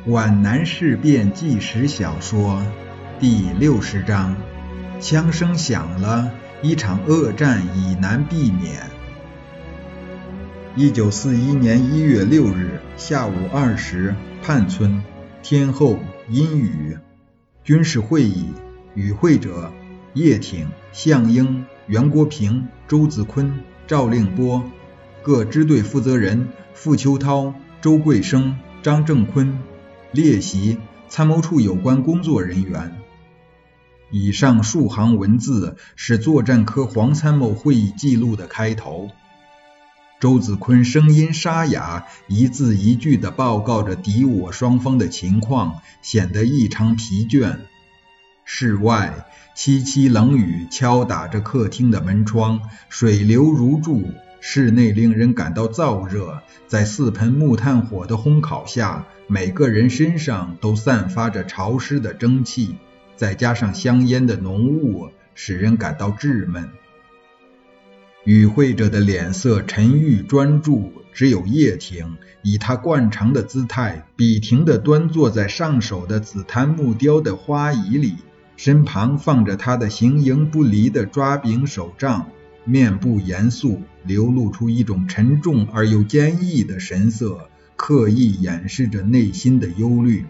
皖南事变纪实小说第60章，枪声响了，一场恶战已难避免。1941年1月6日下午2时，泮村，天候阴雨。军事会议，与会者叶挺、项英、袁国平、周子坤、赵令波，各支队负责人傅秋涛、周贵生、张正坤，列席参谋处有关工作人员。以上数行文字是作战科黄参谋会议记录的开头。周子坤声音沙哑，一字一句地报告着敌我双方的情况，显得异常疲倦。室外凄凄冷雨敲打着客厅的门窗，水流如注，室内令人感到燥热。在4盆木炭火的烘烤下，每个人身上都散发着潮湿的蒸汽，再加上香烟的浓雾，使人感到稚闷。与会者的脸色沉郁专注，只有叶挺以他惯常的姿态笔挺地端坐在上手的紫檀木雕的花椅里，身旁放着他的形影不离的抓柄手杖，面部严肃，流露出一种沉重而又坚毅的神色，刻意掩饰着内心的忧虑。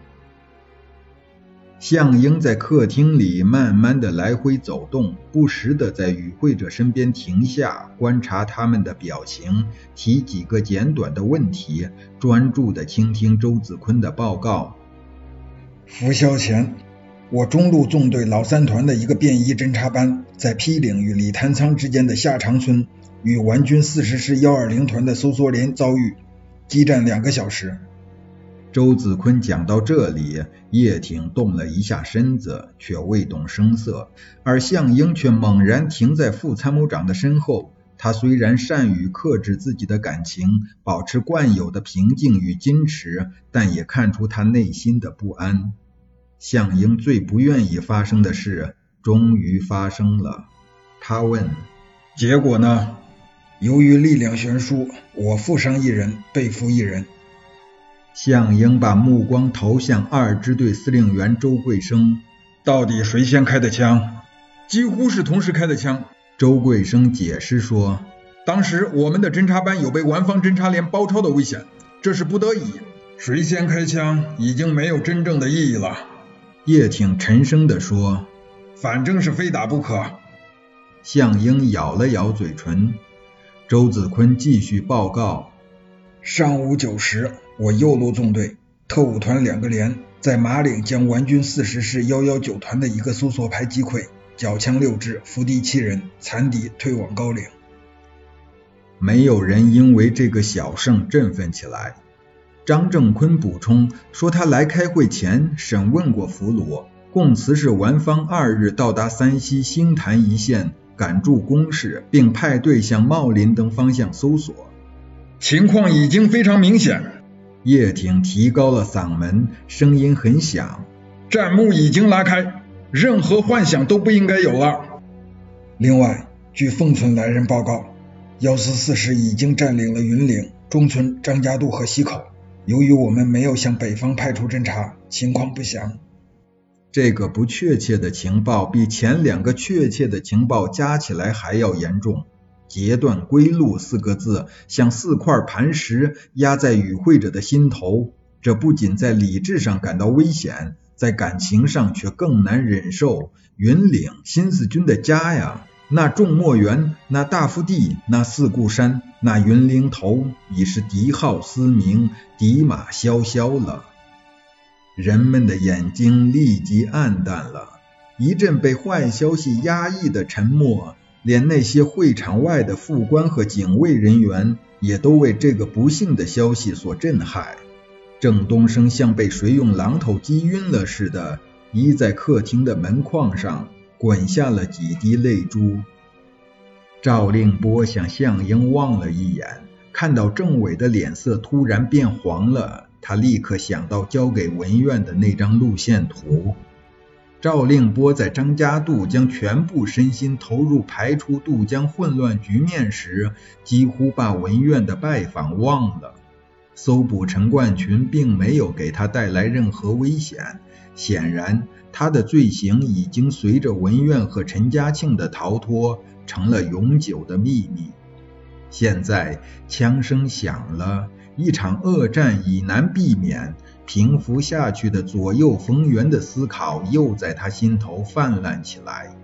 项英在客厅里慢慢地来回走动，不时地在与会者身边停下，观察他们的表情，提几个简短的问题，专注地倾听周子坤的报告。 拂晓前，我中路纵队老3团的一个便衣侦察班，在毗岭与李潭仓之间的下长村，与皖军40师120团的搜索连遭遇，激战2个小时。 周子坤讲到这里，叶挺动了一下身子，却未动声色，而项英却猛然停在副参谋长的身后。他虽然善于克制自己的感情，保持惯有的平静与矜持，但也看出他内心的不安。项英最不愿意发生的事终于发生了。他问： 结果呢？由于力量悬殊，我负伤1人，被俘1人。 项英把目光投向2支队司令员周贵生。 到底谁先开的枪？ 几乎是同时开的枪。 周贵生解释说， 当时我们的侦察班有被皖方侦察连包抄的危险，这是不得已。 谁先开枪已经没有真正的意义了。 叶挺沉声地说， 反正是非打不可。 项英咬了咬嘴唇。周子坤继续报告， 上午9时，我右路纵队特务团2个连在马岭将皖军40师119团的一个搜索排击溃，缴枪6支，俘敌7人，残敌退往高岭。 没有人因为这个小胜振奋起来。张正坤补充说，他来开会前审问过俘虏，供词是皖方2日到达山西兴潭一线，赶驻工事，并派队向茂林等方向搜索。 情况已经非常明显。 叶挺提高了嗓门，声音很响， 战幕已经拉开，任何幻想都不应该有了。 另外，据凤村来人报告，144师已经占领了云岭、中村、张家渡和溪口。由于我们没有向北方派出侦察，情况不详。 这个不确切的情报比前2个确切的情报加起来还要严重。截断归路4个字像4块磐石压在与会者的心头，这不仅在理智上感到危险，在感情上却更难忍受。云岭，新四军的家呀，那种墨园，那大福地，那四顾山，那云岭头，已是敌号嘶鸣，敌马萧萧了。人们的眼睛立即暗淡了，一阵被坏消息压抑的沉默，连那些会场外的副官和警卫人员也都为这个不幸的消息所震撼。郑东升像被谁用榔头击晕了似的，依在客厅的门框上，滚下了几滴泪珠。赵令波向项英望了一眼，看到政委的脸色突然变黄了，他立刻想到交给文院的那张路线图。赵令波在张家渡将全部身心投入排除渡江混乱局面时，几乎把文院的拜访忘了。 搜捕陈冠群并没有给他带来任何危险，显然他的罪行已经随着文苑和陈家庆的逃脱成了永久的秘密。现在枪声响了，一场恶战已难避免，平伏下去的左右逢源的思考又在他心头泛滥起来。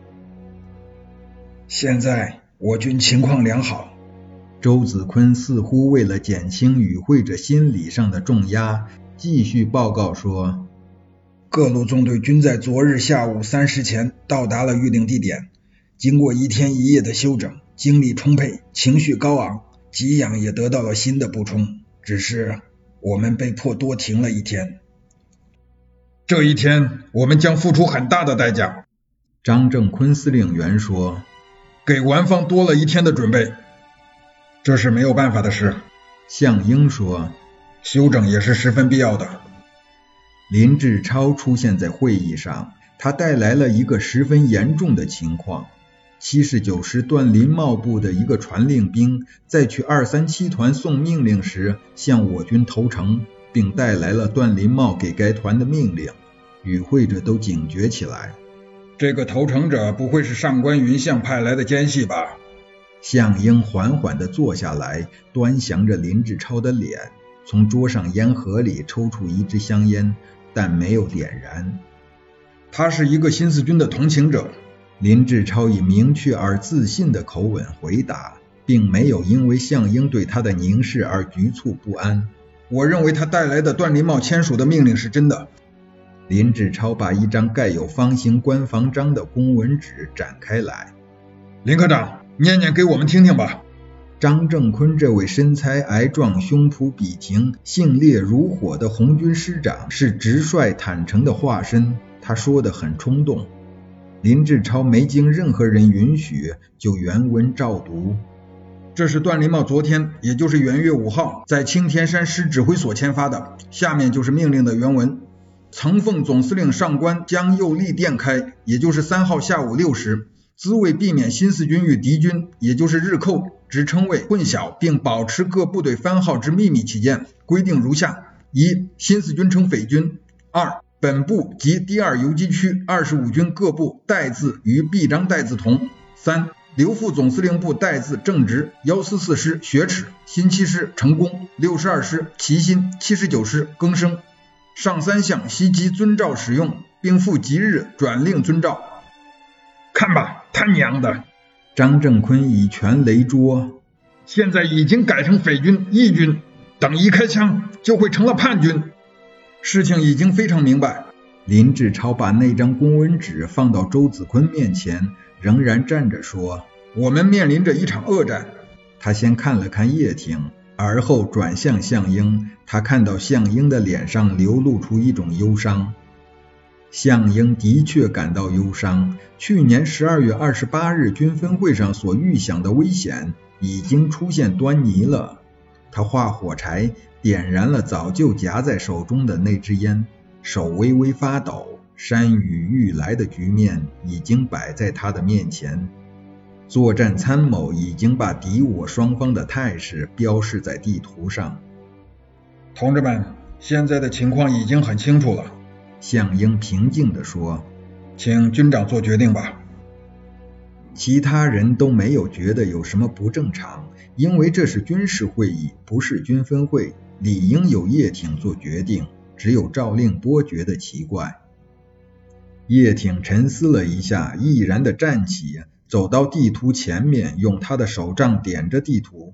现在我军情况良好。 周子坤似乎为了减轻与会者心理上的重压，继续报告说， 各路纵队均在昨日下午3时前到达了预定地点，经过1天1夜的休整，精力充沛，情绪高昂，给养也得到了新的补充，只是我们被迫多停了1天。 这1天我们将付出很大的代价。 张正坤司令员说， 给顽方多了1天的准备，这是没有办法的事。 项英说， 休整也是十分必要的。 林志超出现在会议上，他带来了一个十分严重的情况。79师段林茂部的一个传令兵在去237团送命令时向我军投诚，并带来了段林茂给该团的命令。与会者都警觉起来。 这个投诚者不会是上官云相派来的奸细吧？ 项英缓缓地坐下来，端详着林志超的脸，从桌上烟盒里抽出一支香烟，但没有点燃。 他是一个新四军的同情者。 林志超以明确而自信的口吻回答，并没有因为项英对他的凝视而局促不安。 我认为他带来的段林茂签署的命令是真的。 林志超把一张盖有方形官方章的公文纸展开来。 林科长，念念给我们听听吧。 张正坤这位身材矮壮、胸脯笔挺、性烈如火的红军师长是直率坦诚的化身，他说得很冲动。林志超没经任何人允许就原文照读。 这是段林茂昨天，也就是元月5号在青田山师指挥所签发的，下面就是命令的原文。曾奉总司令上官将右立电开，也就是3号下午6时，兹为避免新四军与敌军，也就是日寇之称谓混淆，并保持各部队番号之秘密起见，规定如下：一、新四军称匪军；二、本部及第2游击区25军各部代字与臂章代字同；三、刘副总司令部代字正直，144师学齿，新7师成功，62师齐心，79师更生。上3项悉即遵照使用，并附即日转令遵照。看吧，他娘的！ 张正坤以拳雷桌， 现在已经改成匪军、义军，等一开枪就会成了叛军。事情已经非常明白。 林志超把那张公文纸放到周子坤面前，仍然站着说， 我们面临着一场恶战。 他先看了看叶挺，而后转向项英，他看到项英的脸上流露出一种忧伤。项英的确感到忧伤，去年12月28日军分会上所预想的危险已经出现端倪了。他划火柴，点燃了早就夹在手中的那支烟，手微微发抖，山雨欲来的局面已经摆在他的面前。作战参谋已经把敌我双方的态势标示在地图上。 同志们，现在的情况已经很清楚了。 项英平静地说， 请军长做决定吧。 其他人都没有觉得有什么不正常，因为这是军事会议，不是军分会，理应由叶挺做决定，只有赵令波觉得奇怪。叶挺沉思了一下，毅然地站起，走到地图前面，用他的手杖点着地图。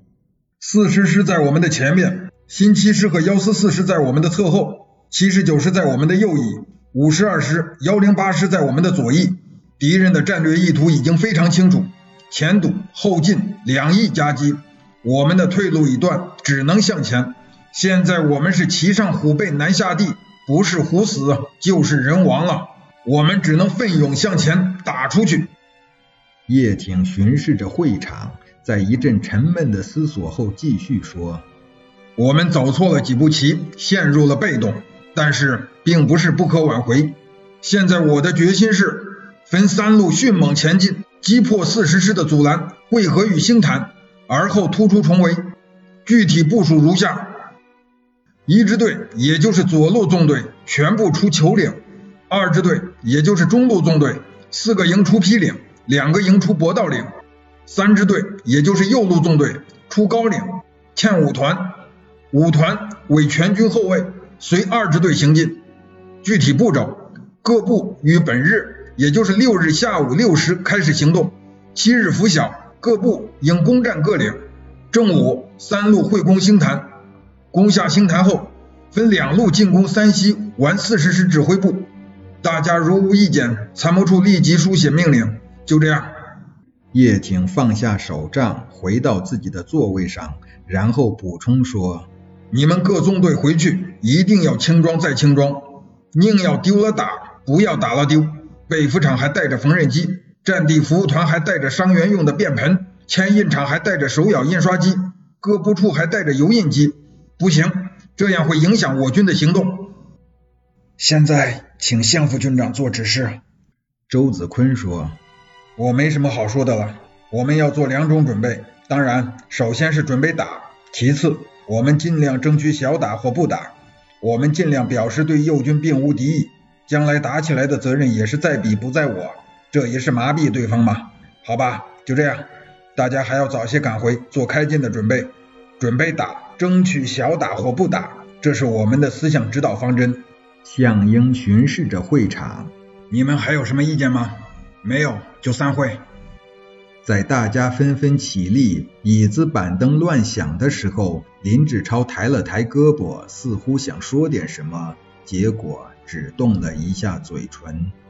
40师在我们的前面，新7师和144师在我们的侧后，79师在我们的右翼，52师、108师在我们的左翼。敌人的战略意图已经非常清楚，前堵后进，两翼夹击，我们的退路已断，只能向前。现在我们是骑上虎背难下地，不是虎死就是人亡了，我们只能奋勇向前打出去。 叶挺巡视着会场，在一阵沉闷的思索后继续说， 我们走错了几步棋，陷入了被动，但是并不是不可挽回。现在我的决心是分3路迅猛前进，击破40师的阻拦，汇合与星坛，而后突出重围。具体部署如下： 1支队也就是左路纵队全部出球岭，2支队也就是中路纵队4个营出陂岭，2个营出博道岭，3支队也就是右路纵队出高岭，欠5团，5团为全军后卫，随2支队行进。具体步骤，各部于本日也就是6日下午6时开始行动，7日拂晓，各部应攻占各岭。正午3路会攻星坛，攻下星坛后分2路进攻3西皖40师指挥部。大家如无意见，参谋处立即书写命令。就这样。 叶挺放下手杖，回到自己的座位上，然后补充说， 你们各纵队回去一定要轻装再轻装，宁要丢了打，不要打了丢。被服厂还带着缝纫机，战地服务团还带着伤员用的便盆，牵印厂还带着手咬印刷机，各部处还带着油印机。不行，这样会影响我军的行动。 现在请项副军长做指示。 周子坤说， 我没什么好说的了，我们要做2种准备，当然首先是准备打，其次我们尽量争取小打或不打，我们尽量表示对右军并无敌意，将来打起来的责任也是在彼不在我，这也是麻痹对方嘛。好吧，就这样，大家还要早些赶回做开进的准备，准备打，争取小打或不打，这是我们的思想指导方针。 项英巡视着会场， 你们还有什么意见吗？没有就散会。 在大家纷纷起立，椅子板凳乱响的时候，林志超抬了抬胳膊，似乎想说点什么，结果只动了一下嘴唇。